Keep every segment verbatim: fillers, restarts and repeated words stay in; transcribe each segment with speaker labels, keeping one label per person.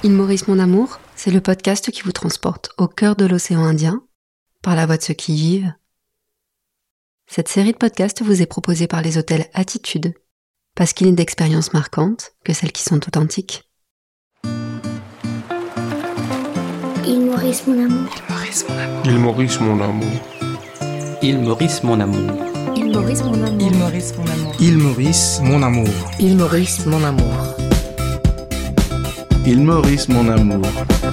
Speaker 1: Île Maurice, mon amour, c'est le podcast qui vous transporte au cœur de l'océan Indien, par la voix de ceux qui y vivent. Cette série de podcasts vous est proposée par les hôtels Attitude, parce qu'il n'est d'expériences marquantes que celles qui sont authentiques.
Speaker 2: Île Maurice, mon amour.
Speaker 3: Île Maurice, mon amour.
Speaker 4: Île Maurice, mon amour.
Speaker 2: Île Maurice, mon amour.
Speaker 5: Île Maurice, mon amour.
Speaker 6: Île Maurice, mon amour.
Speaker 5: Île Maurice, mon amour.
Speaker 7: Île Maurice, mon amour.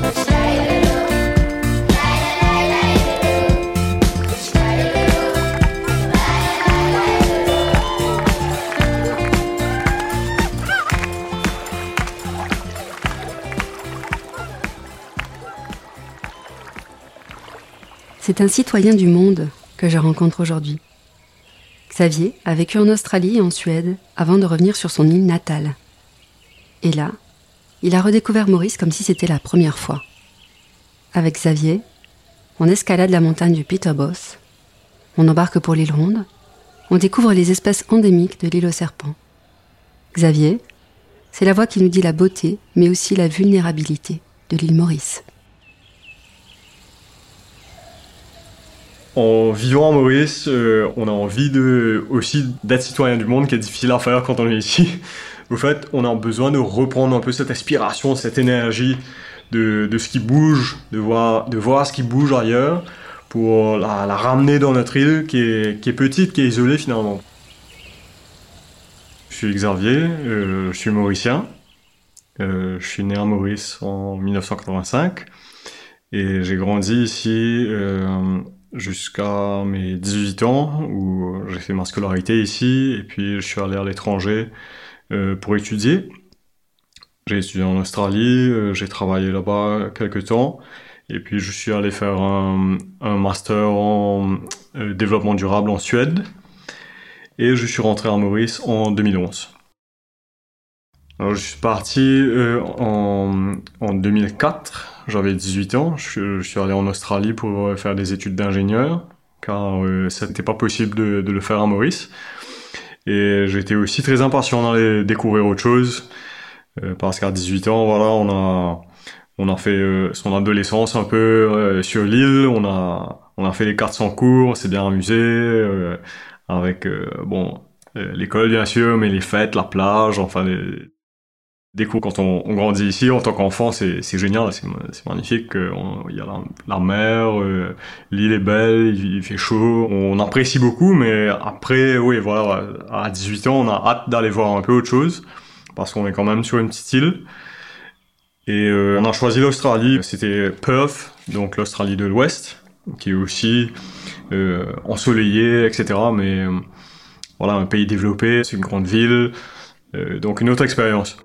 Speaker 1: C'est un citoyen du monde que je rencontre aujourd'hui. Xavier a vécu en Australie et en Suède avant de revenir sur son île natale. Et là, il a redécouvert Maurice comme si c'était la première fois. Avec Xavier, on escalade la montagne du Peterboth, on embarque pour l'île Ronde, on découvre les espèces endémiques de l'île aux serpents. Xavier, c'est la voix qui nous dit la beauté, mais aussi la vulnérabilité de l'île Maurice.
Speaker 8: En vivant à Maurice, euh, on a envie de, aussi d'être citoyen du monde, qui est difficile à faire quand on est ici. Au fait, on a besoin de reprendre un peu cette inspiration, cette énergie de, de ce qui bouge, de voir, de voir ce qui bouge ailleurs, pour la, la ramener dans notre île qui est, qui est petite, qui est isolée finalement. Je suis Xavier, euh, je suis mauricien. Euh, je suis né à Maurice en dix-neuf cent quatre-vingt-cinq et j'ai grandi ici euh, jusqu'à mes dix-huit ans où j'ai fait ma scolarité ici et puis je suis allé à l'étranger euh, pour étudier. J'ai étudié en Australie, euh, j'ai travaillé là-bas quelques temps et puis je suis allé faire un, un master en euh, développement durable en Suède et je suis rentré à Maurice en deux mille onze. Alors, je suis parti euh, en, en deux mille quatre, j'avais dix-huit ans, je, je suis allé en Australie pour faire des études d'ingénieur, car euh, ça n'était pas possible de, de le faire à Maurice. Et j'étais aussi très impatient d'aller découvrir autre chose, euh, parce qu'à dix-huit ans, voilà, on a, on a fait euh, son adolescence un peu euh, sur l'île, on a, on a fait les quatre cents cours, on s'est bien amusé, euh, avec, euh, bon, euh, l'école bien sûr, mais les fêtes, la plage, enfin les... Des cours, quand on, on grandit ici en tant qu'enfant, c'est, c'est génial, c'est, c'est magnifique. Il y a la, la mer, euh, l'île est belle, il, il fait chaud, on apprécie beaucoup, mais après, oui, voilà, à dix-huit ans, on a hâte d'aller voir un peu autre chose, parce qu'on est quand même sur une petite île. Et euh, on a choisi l'Australie, c'était Perth, donc l'Australie de l'Ouest, qui est aussi euh, ensoleillée, et cetera. Mais euh, voilà, un pays développé, c'est une grande ville, euh, donc une autre expérience.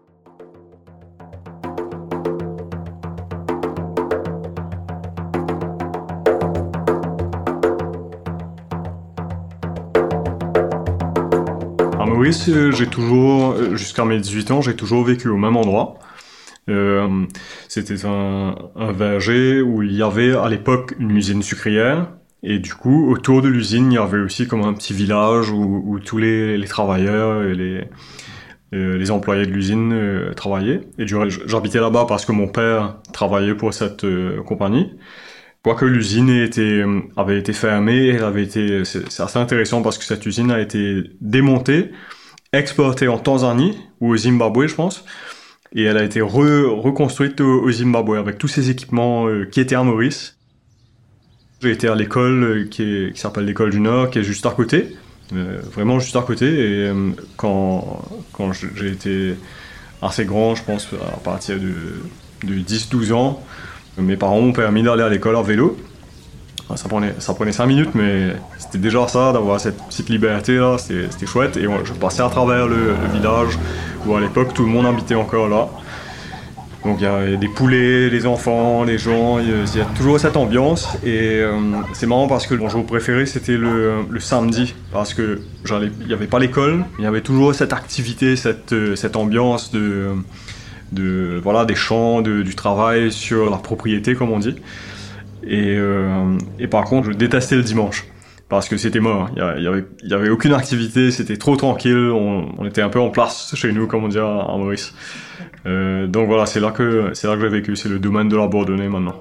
Speaker 8: À Maurice, j'ai toujours, jusqu'à mes dix-huit ans, j'ai toujours vécu au même endroit. Euh, c'était un, un verger où il y avait à l'époque une usine sucrière. Et du coup, autour de l'usine, il y avait aussi comme un petit village où, où tous les, les travailleurs et les, euh, les employés de l'usine euh, travaillaient. Et du, j'habitais là-bas parce que mon père travaillait pour cette euh, compagnie. Quoique l'usine était, avait été fermée, elle avait été, c'est, c'est assez intéressant parce que cette usine a été démontée, exportée en Tanzanie, ou au Zimbabwe, je pense, et elle a été re, reconstruite au, au Zimbabwe avec tous ces équipements euh, qui étaient à Maurice. J'ai été à l'école euh, qui, est, qui s'appelle l'école du Nord, qui est juste à côté, euh, vraiment juste à côté, et euh, quand, quand j'ai été assez grand, je pense à partir de, de dix douze ans, mes parents m'ont permis d'aller à l'école en vélo. Ça prenait, ça prenait cinq minutes, mais c'était déjà ça, d'avoir cette petite liberté-là, c'était, c'était chouette. Et je passais à travers le, le village où à l'époque tout le monde habitait encore là. Donc il y avait des poulets, des enfants, les gens, il y a toujours cette ambiance. Et euh, c'est marrant parce que mon jour préféré c'était le, le samedi, parce que il n'y avait pas l'école, mais il y avait toujours cette activité, cette, cette ambiance de... de voilà des champs, de, du travail sur la propriété comme on dit. Et, euh, et par contre je détestais le dimanche parce que c'était mort. Il y, a, il y avait, il y avait aucune activité, c'était trop tranquille. On, on était un peu en place chez nous, comme on dit en Maurice. Euh, donc voilà, c'est là que c'est là que j'ai vécu. C'est le domaine de la Bourdonnais maintenant.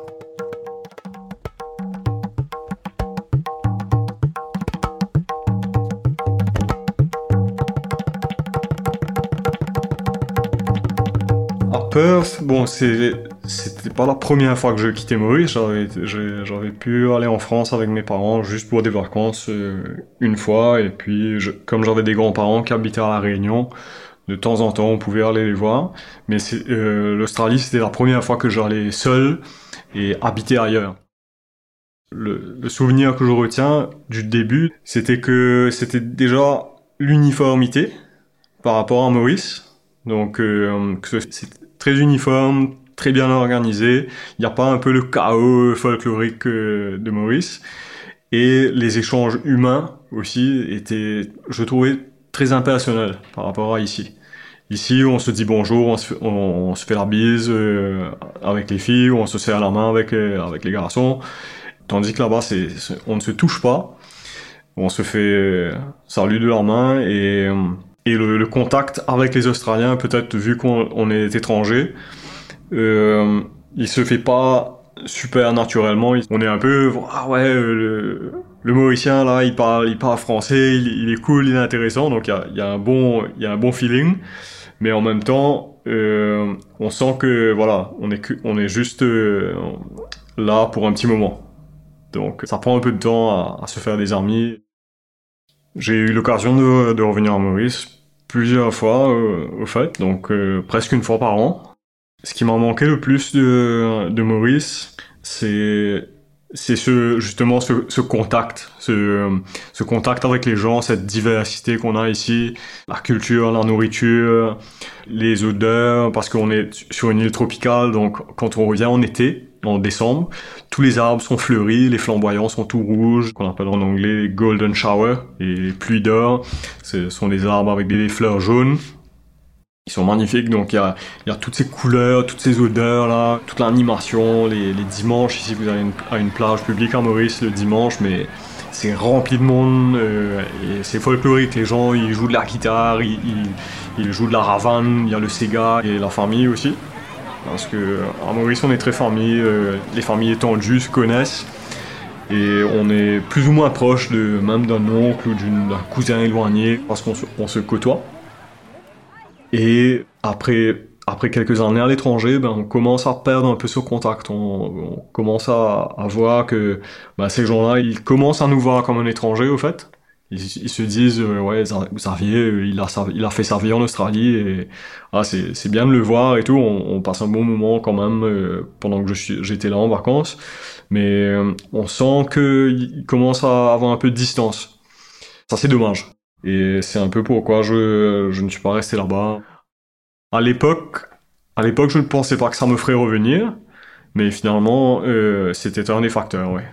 Speaker 8: À Perth, bon, c'est c'était pas la première fois que je quittais Maurice. J'avais, j'avais pu aller en France avec mes parents juste pour des vacances euh, une fois. Et puis, je, comme j'avais des grands-parents qui habitaient à La Réunion, de temps en temps, on pouvait aller les voir. Mais c'est, euh, l'Australie, c'était la première fois que j'allais seul et habiter ailleurs. Le, le souvenir que je retiens du début, c'était que c'était déjà l'uniformité par rapport à Maurice. Donc, euh, que c'est très uniforme, très bien organisé. Il n'y a pas un peu le chaos folklorique euh, de Maurice. Et les échanges humains aussi étaient, je trouvais, très impersonnels par rapport à ici. Ici, on se dit bonjour, on se fait, on, on se fait la bise euh, avec les filles, on se serre la main avec, euh, avec les garçons. Tandis que là-bas, c'est, c'est, on ne se touche pas. On se fait euh, salut de la main et... Euh, Et le, le contact avec les Australiens, peut-être vu qu'on on est étranger, euh, il se fait pas super naturellement. On est un peu, ah ouais, le, le Mauricien là, il parle, il parle français, il, il est cool, il est intéressant, donc il y a, il y a un bon, il y a un bon feeling. Mais en même temps, euh, on sent que voilà, on est, que, on est juste euh, là pour un petit moment. Donc ça prend un peu de temps à, à se faire des amis. J'ai eu l'occasion de, de revenir à Maurice plusieurs fois, euh, au fait, donc euh, presque une fois par an. Ce qui m'a manqué le plus de, de Maurice, c'est, c'est ce, justement ce, ce contact, ce, ce contact avec les gens, cette diversité qu'on a ici, la culture, la nourriture, les odeurs, parce qu'on est sur une île tropicale, donc quand on revient en été, en décembre, tous les arbres sont fleuris, les flamboyants sont tout rouges, qu'on appelle en anglais les golden shower, et les pluies d'or, ce sont des arbres avec des fleurs jaunes. Ils sont magnifiques, donc il y a, il y a toutes ces couleurs, toutes ces odeurs là, toute l'animation, les, les dimanches, ici vous allez à une plage publique à Maurice le dimanche, mais c'est rempli de monde, euh, et c'est folklorique, les gens ils jouent de la guitare, ils, ils, ils jouent de la ravane, il y a le Sega et la famille aussi. Parce que à Maurice on est très famille, euh, les familles étendues se connaissent et on est plus ou moins proche de même d'un oncle ou d'une, d'un cousin éloigné parce qu'on se, on se côtoie. Et après, après quelques années à l'étranger, ben on commence à perdre un peu ce contact. On, on commence à, à voir que ben, ces gens-là, ils commencent à nous voir comme un étranger au fait. Ils, ils se disent euh, ouais Xavier il a il a fait sa vie en Australie et ah c'est c'est bien de le voir et tout, on, on passe un bon moment quand même euh, pendant que je suis j'étais là en vacances, mais euh, on sent que il commence à avoir un peu de distance. Ça c'est dommage et c'est un peu pourquoi je je ne suis pas resté là-bas. À l'époque à l'époque je ne pensais pas que ça me ferait revenir, mais finalement euh, c'était un des facteurs, ouais.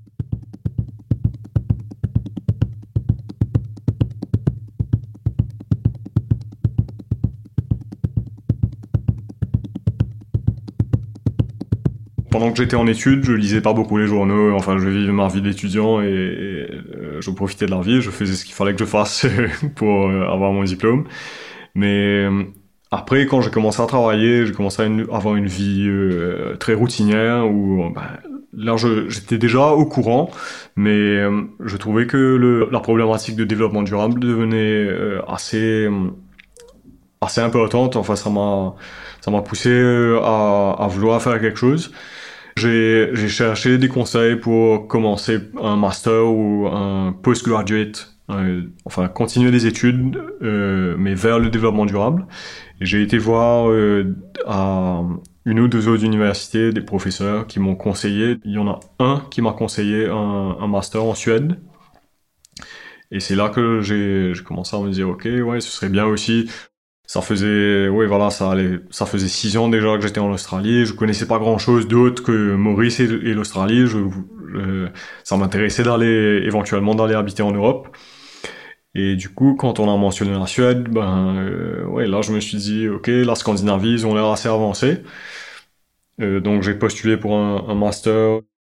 Speaker 8: Pendant que j'étais en études, je lisais pas beaucoup les journaux, enfin je vivais ma vie d'étudiant et, et euh, je profitais de la vie, je faisais ce qu'il fallait que je fasse pour euh, avoir mon diplôme. Mais euh, après, quand j'ai commencé à travailler, j'ai commencé à une, avoir une vie euh, très routinière où ben, là je, j'étais déjà au courant, mais euh, je trouvais que le, la problématique de développement durable devenait euh, assez, assez importante. Enfin, ça m'a, ça m'a poussé à, à vouloir faire quelque chose. J'ai, j'ai cherché des conseils pour commencer un master ou un postgraduate, euh, enfin continuer des études, euh, mais vers le développement durable. Et j'ai été voir euh, à une ou deux autres universités des professeurs qui m'ont conseillé. Il y en a un qui m'a conseillé un, un master en Suède. Et c'est là que j'ai, j'ai commencé à me dire, ok, ouais, ce serait bien aussi. Ça faisait, ouais, voilà, ça allait, ça faisait six ans déjà que j'étais en Australie. Je connaissais pas grand chose d'autre que Maurice et, et l'Australie. Je, je, ça m'intéressait d'aller, éventuellement d'aller habiter en Europe. Et du coup, quand on a mentionné la Suède, ben, euh, ouais, là, je me suis dit, ok, la Scandinavie, ils ont l'air assez avancés. Euh, donc, j'ai postulé pour un, un master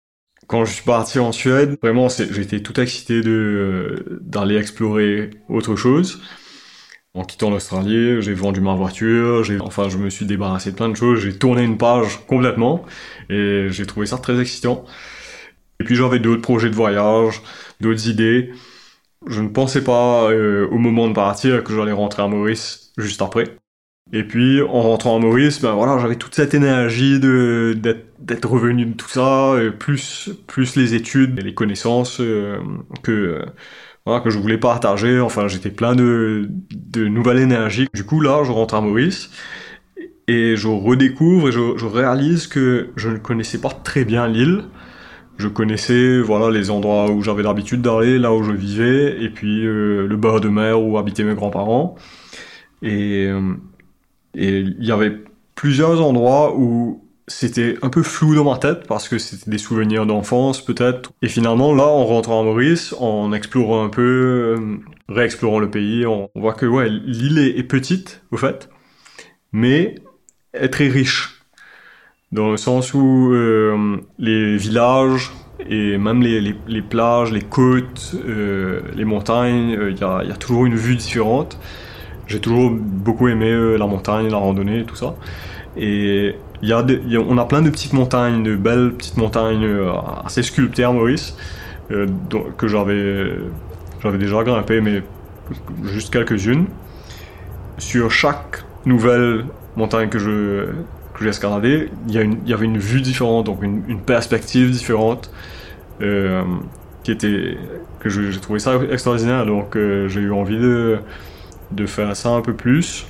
Speaker 8: Quand je suis parti en Suède, vraiment, c'est, j'étais tout excité de, euh, d'aller explorer autre chose. En quittant l'Australie, j'ai vendu ma voiture, j'ai, enfin, je me suis débarrassé de plein de choses, j'ai tourné une page complètement, et j'ai trouvé ça très excitant. Et puis j'avais d'autres projets de voyage, d'autres idées. Je ne pensais pas, euh, au moment de partir, que j'allais rentrer à Maurice juste après. Et puis, en rentrant à Maurice, ben voilà, j'avais toute cette énergie de, d'être, d'être revenu de tout ça, et plus, plus les études et les connaissances euh, que, euh, voilà, que je voulais partager. Enfin, j'étais plein de, de nouvelle énergie. Du coup, là, je rentre à Maurice, et je redécouvre, et je, je réalise que je ne connaissais pas très bien l'île. Je connaissais, voilà, les endroits où j'avais l'habitude d'aller, là où je vivais, et puis euh, le bord de mer où habitaient mes grands-parents. Et... Euh, Et il y avait plusieurs endroits où c'était un peu flou dans ma tête, parce que c'était des souvenirs d'enfance, peut-être. Et finalement, là, en rentrant à Maurice, en explorant un peu, euh, réexplorant le pays, on, on voit que, ouais, l'île est, est petite, au fait, mais est très riche. Dans le sens où euh, les villages, et même les, les, les plages, les côtes, euh, les montagnes, il euh, y, a, y a toujours une vue différente. J'ai toujours beaucoup aimé euh, la montagne, la randonnée, tout ça. Et y a de, y a, on a plein de petites montagnes, de belles petites montagnes euh, assez sculptées à Maurice, euh, donc, que j'avais, j'avais déjà grimpé, mais juste quelques-unes. Sur chaque nouvelle montagne que je que j'ai escaladée, il y, a une, y avait une vue différente, donc une, une perspective différente, euh, qui était que je, j'ai trouvé ça extraordinaire. Donc euh, j'ai eu envie de de faire ça un peu plus.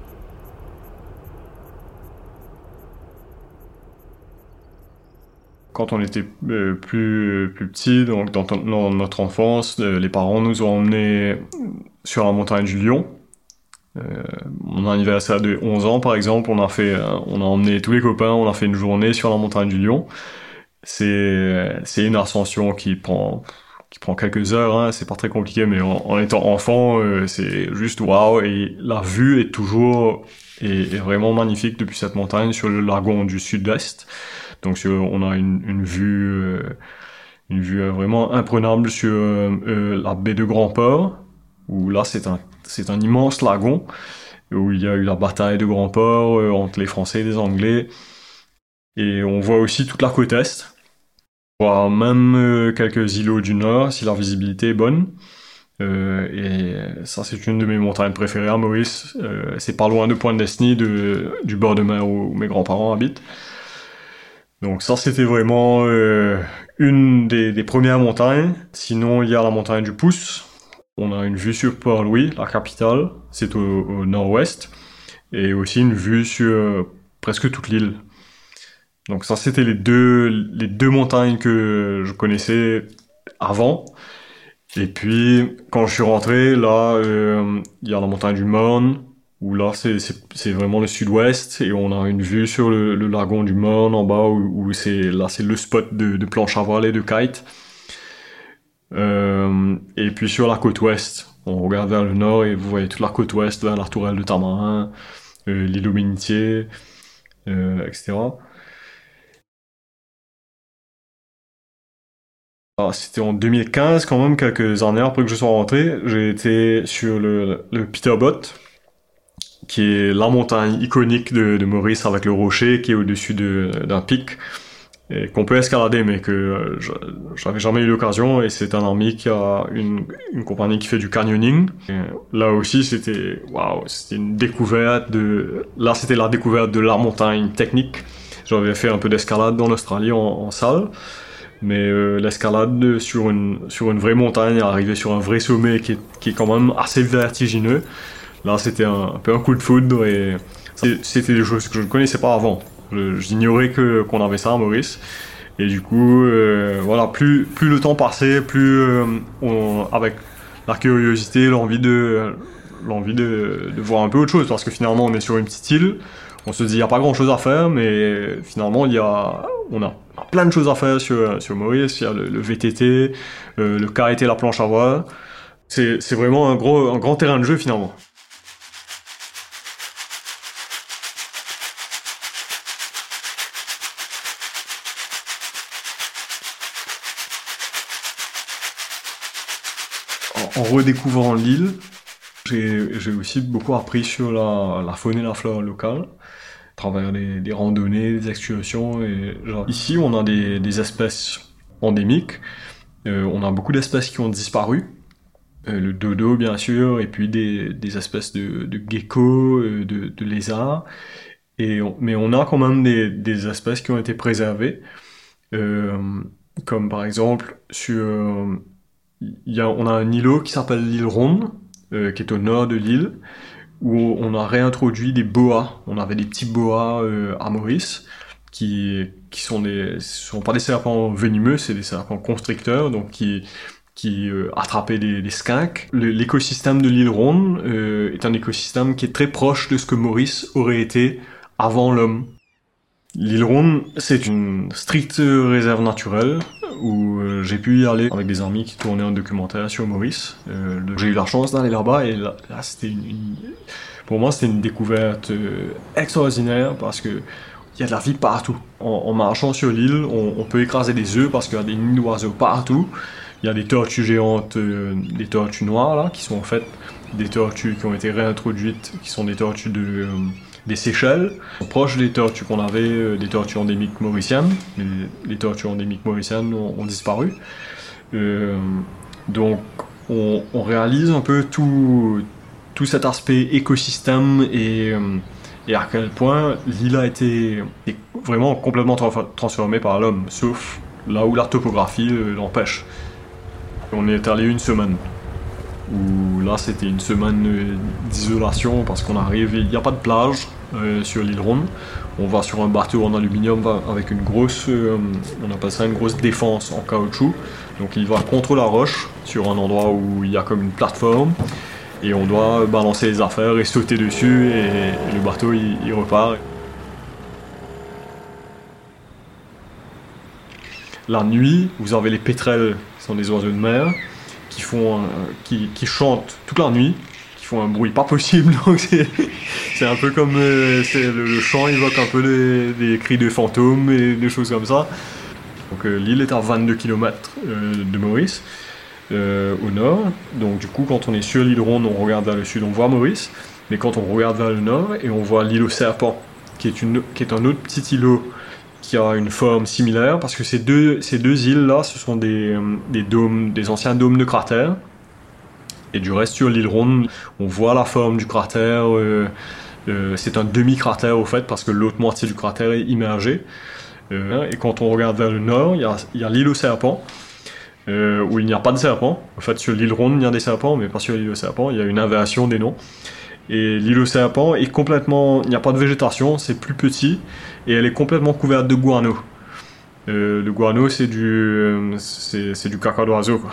Speaker 8: Quand on était euh, plus, plus petit, donc dans, dans notre enfance, euh, les parents nous ont emmenés sur la montagne du Lion. Euh, mon anniversaire de onze ans, par exemple, on a fait, euh, on a emmené tous les copains, on a fait une journée sur la montagne du Lion. C'est, c'est une ascension qui prend, qui prend quelques heures, hein, c'est pas très compliqué, mais en, en étant enfant, euh, c'est juste waouh, et la vue est toujours, est, est vraiment magnifique depuis cette montagne sur le lagon du sud-est. Donc sur, on a une, une vue, euh, une vue vraiment imprenable sur euh, la baie de Grand-Port, où là c'est un, c'est un immense lagon, où il y a eu la bataille de Grand-Port euh, entre les Français et les Anglais. Et on voit aussi toute la côte est, voire même euh, quelques îlots du nord si la visibilité est bonne. Euh, et ça, c'est une de mes montagnes préférées à Maurice. Euh, c'est pas loin de Pointe-Desny, de, du bord de mer où mes grands-parents habitent. Donc ça, c'était vraiment euh, une des, des premières montagnes. Sinon, il y a la montagne du Pouce. On a une vue sur Port-Louis, la capitale. C'est au, au nord-ouest. Et aussi une vue sur euh, presque toute l'île. Donc ça, c'était les deux, les deux montagnes que je connaissais avant. Et puis, quand je suis rentré, là, euh, il y a la montagne du Morne, où là, c'est, c'est, c'est vraiment le sud-ouest, et on a une vue sur le, le lagon du Morne en bas, où, où c'est, là, c'est le spot de, de planche à voile et de kite. Euh, et puis sur la côte ouest, on regarde vers le nord, et vous voyez toute la côte ouest, vers la tourelle de Tamarin, euh, l'île aux Bénitiers, euh, et cetera. Alors, c'était en deux mille quinze, quand même, quelques années après que je sois rentré. J'ai été sur le, le Peterbot, qui est la montagne iconique de, de Maurice, avec le rocher qui est au-dessus de, d'un pic, et qu'on peut escalader, mais que euh, je, j'avais jamais eu l'occasion. Et c'est un ami qui a une, une compagnie qui fait du canyoning. Et là aussi, c'était waouh, c'était une découverte de. Là, c'était la découverte de la montagne technique. J'avais fait un peu d'escalade en Australie en, en salle. Mais euh, l'escalade sur une, sur une vraie montagne, arriver sur un vrai sommet qui est, qui est quand même assez vertigineux, là c'était un, un peu un coup de foudre, et c'était des choses que je ne connaissais pas avant. Je, j'ignorais que, qu'on avait ça à Maurice. Et du coup, euh, voilà, plus, plus le temps passait, plus euh, on, avec la curiosité, l'envie de, l'envie de, de voir un peu autre chose, parce que finalement on est sur une petite île. On se dit, il n'y a pas grand-chose à faire, mais finalement, il y a, on a plein de choses à faire sur, sur Maurice. Il y a le, le V T T, euh, le kite et la planche à voile. C'est, c'est vraiment un, gros, un grand terrain de jeu, finalement. en redécouvrant l'île, j'ai, j'ai aussi beaucoup appris sur la, la faune et la flore locale, à travers des, des randonnées, des excursions. Et, genre, ici, on a des, des espèces endémiques. Euh, on a beaucoup d'espèces qui ont disparu. Euh, le dodo, bien sûr, et puis des, des espèces de, de geckos, euh, de, de lézards. Et on, mais on a quand même des, des espèces qui ont été préservées. Euh, comme par exemple, sur, y a, on a un îlot qui s'appelle l'île Ronde, euh, qui est au nord de l'île, où on a réintroduit des boas. On avait des petits boas euh, à Maurice, qui, qui sont des, ce sont pas des serpents venimeux, c'est des serpents constricteurs, donc qui, qui euh, attrapaient des, des skinks. Le, l'écosystème de l'île Ronde euh, est un écosystème qui est très proche de ce que Maurice aurait été avant l'homme. L'île Ronde, c'est une stricte réserve naturelle où euh, j'ai pu y aller avec des amis qui tournaient un documentaire sur Maurice. Euh, le, j'ai eu la chance d'aller là-bas et là, là c'était une, une, pour moi, c'était une découverte euh, extraordinaire parce que il y a de la vie partout. En, en marchant sur l'île, on, on peut écraser des œufs parce qu'il y a des nids d'oiseaux partout. Il y a des tortues géantes, euh, des tortues noires là, qui sont en fait des tortues qui ont été réintroduites, qui sont des tortues de euh, des Seychelles, proches des tortues qu'on avait, euh, des tortues endémiques mauriciennes. Les, les tortues endémiques mauriciennes ont, ont disparu. Euh, donc, on, on réalise un peu tout, tout cet aspect écosystème et, euh, et à quel point l'île a été vraiment complètement tra- transformée par l'homme, sauf là où la topographie euh, l'empêche. On est allé une semaine. Où là c'était une semaine euh, d'isolation parce qu'on arrive, il n'y a pas de plage euh, sur l'île Ronde. On va sur un bateau en aluminium avec une grosse, euh, on appelle ça une grosse défense en caoutchouc. Donc il va contre la roche sur un endroit où il y a comme une plateforme et on doit balancer les affaires et sauter dessus et, et le bateau il, il repart. La nuit, vous avez les pétrels, qui sont des oiseaux de mer, qui font, un, qui, qui chantent toute la nuit, qui font un bruit pas possible. Donc c'est, c'est un peu comme euh, c'est, le, le chant évoque un peu des, des cris de fantômes et des choses comme ça. Donc euh, l'île est à vingt-deux kilomètres euh, de Maurice, euh, au nord. Donc du coup, quand on est sur l'île Ronde, on regarde vers le sud, on voit Maurice. Mais quand on regarde vers le nord, et on voit l'îlot Serpent, qui est, une, qui est un autre petit îlot qui a une forme similaire, parce que ces deux, ces deux îles-là, ce sont des, des dômes, des anciens dômes de cratères. Et du reste, sur l'île Ronde, on voit la forme du cratère. Euh, euh, c'est un demi-cratère, au fait, parce que l'autre moitié du cratère est immergée. Euh, et quand on regarde vers le nord, il y a, il y a l'îlot Serpent, euh, où il n'y a pas de serpents. En fait, sur l'île Ronde, il y a des serpents, mais pas sur l'îlot Serpent. Il y a une inversion des noms. Et l'îlot Serpent est complètement... Il n'y a pas de végétation, c'est plus petit, et elle est complètement couverte de guano. Euh, le guano, c'est du... Euh, c'est, c'est du caca d'oiseau, quoi.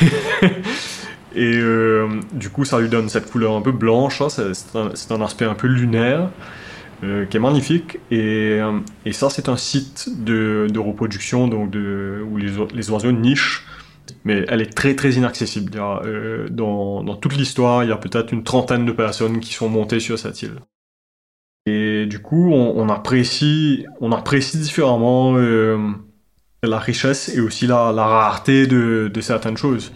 Speaker 8: Et euh, du coup, ça lui donne cette couleur un peu blanche, là, c'est, c'est, un, c'est un aspect un peu lunaire, euh, qui est magnifique. Et, euh, et ça, c'est un site de, de reproduction, donc de, où les, les oiseaux nichent. Mais elle est très très inaccessible. Il y a, euh, dans, dans toute l'histoire, il y a peut-être une trentaine de personnes qui sont montées sur cette île. Et du coup, on, on apprécie, on apprécie différemment euh, la richesse et aussi la, la rareté de, de certaines choses.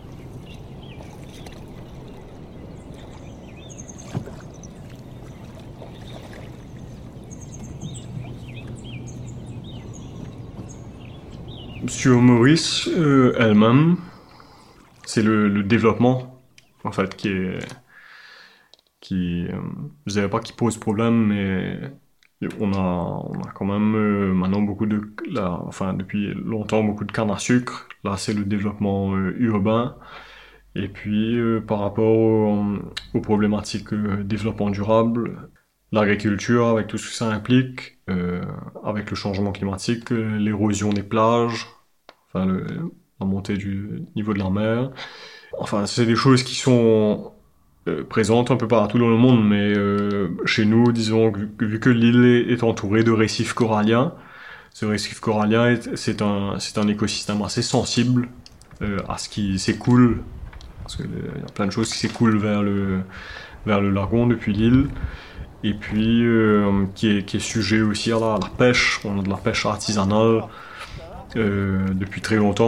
Speaker 8: Sur Maurice euh, elle-même, c'est le, le développement en fait qui est qui euh, je dirais pas qui pose problème, mais on a on a quand même euh, maintenant beaucoup de là, enfin depuis longtemps beaucoup de canne à sucre. Là c'est le développement euh, urbain, et puis euh, par rapport aux, aux problématiques euh, développement durable, l'agriculture avec tout ce que ça implique, euh, avec le changement climatique, euh, l'érosion des plages, enfin le, la montée du niveau de la mer. Enfin, c'est des choses qui sont euh, présentes un peu partout dans le monde, mais euh, chez nous, disons, que, vu que l'île est, est entourée de récifs coralliens, ce récif corallien, est, c'est, un, c'est un écosystème assez sensible euh, à ce qui s'écoule, parce qu'il y a plein de choses qui s'écoulent vers le, vers le lagon depuis l'île, et puis euh, qui, est, qui est sujet aussi à la, à la pêche. On a de la pêche artisanale euh, depuis très longtemps,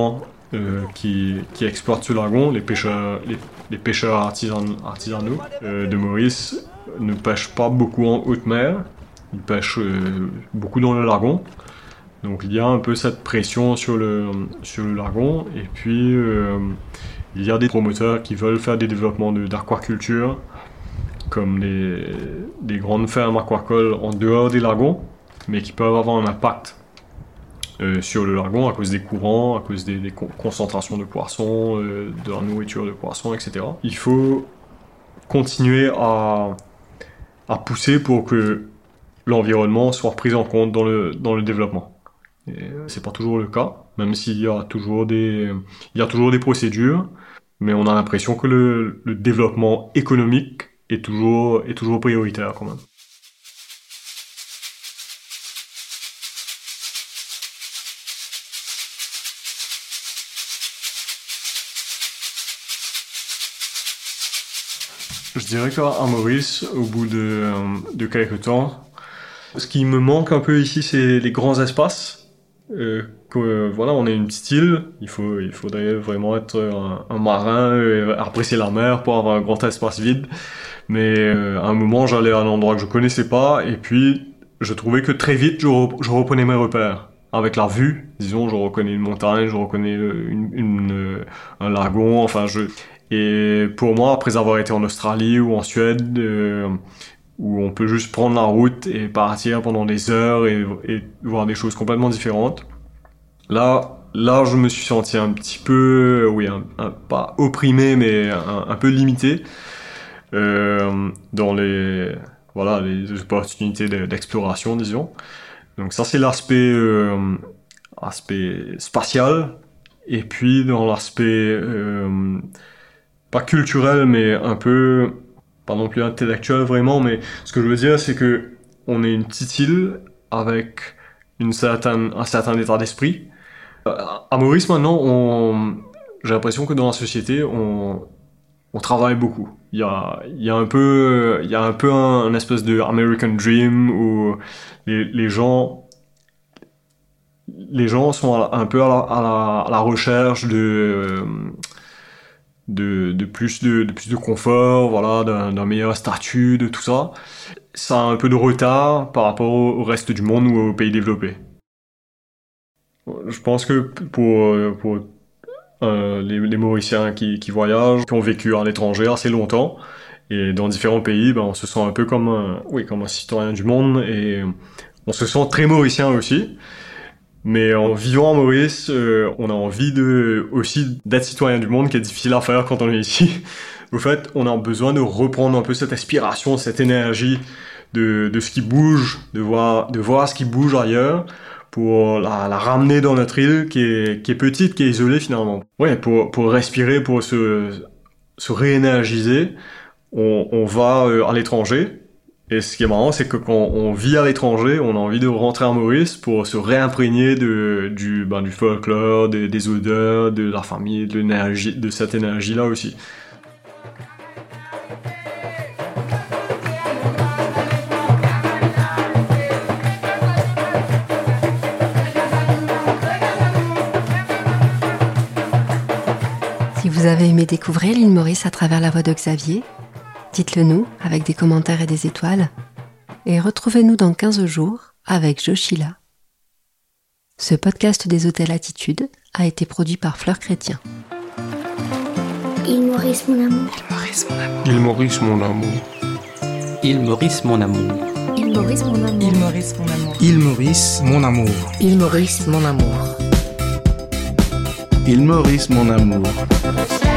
Speaker 8: euh, qui, qui exploitent ce lagon, les pêcheurs, les, les pêcheurs artisan, artisanaux euh, de Maurice, ne pêchent pas beaucoup en haute mer, ils pêchent euh, beaucoup dans le lagon. Donc il y a un peu cette pression sur le, sur le lagon, et puis euh, il y a des promoteurs qui veulent faire des développements de, d'aquaculture, comme des, des grandes fermes aquacoles en dehors des lagons, mais qui peuvent avoir un impact euh, sur le lagon à cause des courants, à cause des, des concentrations de poissons, euh, de la nourriture de poissons, et cetera. Il faut continuer à, à pousser pour que l'environnement soit pris en compte dans le, dans le développement. Et c'est pas toujours le cas, même s'il y a toujours des, il y a toujours des procédures, mais on a l'impression que le, le développement économique est toujours, est toujours prioritaire quand même. Je dirais qu'à Maurice, au bout de, de quelques temps, ce qui me manque un peu ici, c'est les grands espaces. Euh, que, voilà, on est une petite île, il, faut, il faudrait vraiment être un, un marin et apprécier la mer pour avoir un grand espace vide. Mais euh, à un moment, j'allais à un endroit que je connaissais pas, et puis je trouvais que très vite, je, re, je reprenais mes repères. Avec la vue, disons, je reconnais une montagne, je reconnais une, une, un lagon, enfin, je... Et pour moi, après avoir été en Australie ou en Suède, euh, où on peut juste prendre la route et partir pendant des heures et, et voir des choses complètement différentes. Là, là, je me suis senti un petit peu, oui, un, un, pas opprimé, mais un, un peu limité euh, dans les, voilà, les opportunités d'exploration, disons. Donc ça, c'est l'aspect, euh, aspect spatial. Et puis dans l'aspect euh, pas culturel, mais un peu pas non plus intellectuel vraiment, mais ce que je veux dire, c'est que on est une petite île avec une certaine, un certain état d'esprit. À Maurice, maintenant, on, j'ai l'impression que dans la société, on, on travaille beaucoup. Il y a, il y a un peu, il y a un peu un, un espèce de American Dream où les, les gens, les gens sont un peu à la, à la, à la recherche de, de, de plus de, de plus de confort, voilà, d'un, d'un meilleur statut, de tout ça. Ça a un peu de retard par rapport au reste du monde ou aux pays développés. Je pense que pour, pour euh, les, les Mauriciens qui, qui voyagent, qui ont vécu à l'étranger assez longtemps, et dans différents pays, ben, on se sent un peu comme un, oui, comme un citoyen du monde, et on se sent très mauricien aussi. Mais en vivant à Maurice, euh, on a envie de, aussi d'être citoyen du monde, qui est difficile à faire quand on est ici. Au fait, on a besoin de reprendre un peu cette inspiration, cette énergie de, de ce qui bouge, de voir, de voir ce qui bouge ailleurs, pour la, la ramener dans notre île qui est, qui est petite, qui est isolée finalement. Ouais, pour, pour respirer, pour se, se réénergiser, on, on va à l'étranger. Et ce qui est marrant, c'est que quand on vit à l'étranger, on a envie de rentrer à Maurice pour se réimprégner de, du, ben, du folklore, des, des odeurs, de la famille, de l'énergie, de cette énergie-là aussi.
Speaker 1: Si vous avez aimé découvrir l'île Maurice à travers la voix de Xavier, dites-le nous avec des commentaires et des étoiles. Et retrouvez-nous dans quinze jours avec Joshila. Ce podcast des Hôtels Attitude a été produit par Fleur Chrétien.
Speaker 2: Île Maurice, mon amour.
Speaker 3: Île Maurice, mon amour.
Speaker 4: Île Maurice, mon amour.
Speaker 2: Île Maurice, mon amour.
Speaker 5: Île Maurice, mon amour.
Speaker 6: Île Maurice, mon amour.
Speaker 5: Île Maurice, mon amour.
Speaker 6: Île Maurice, mon amour.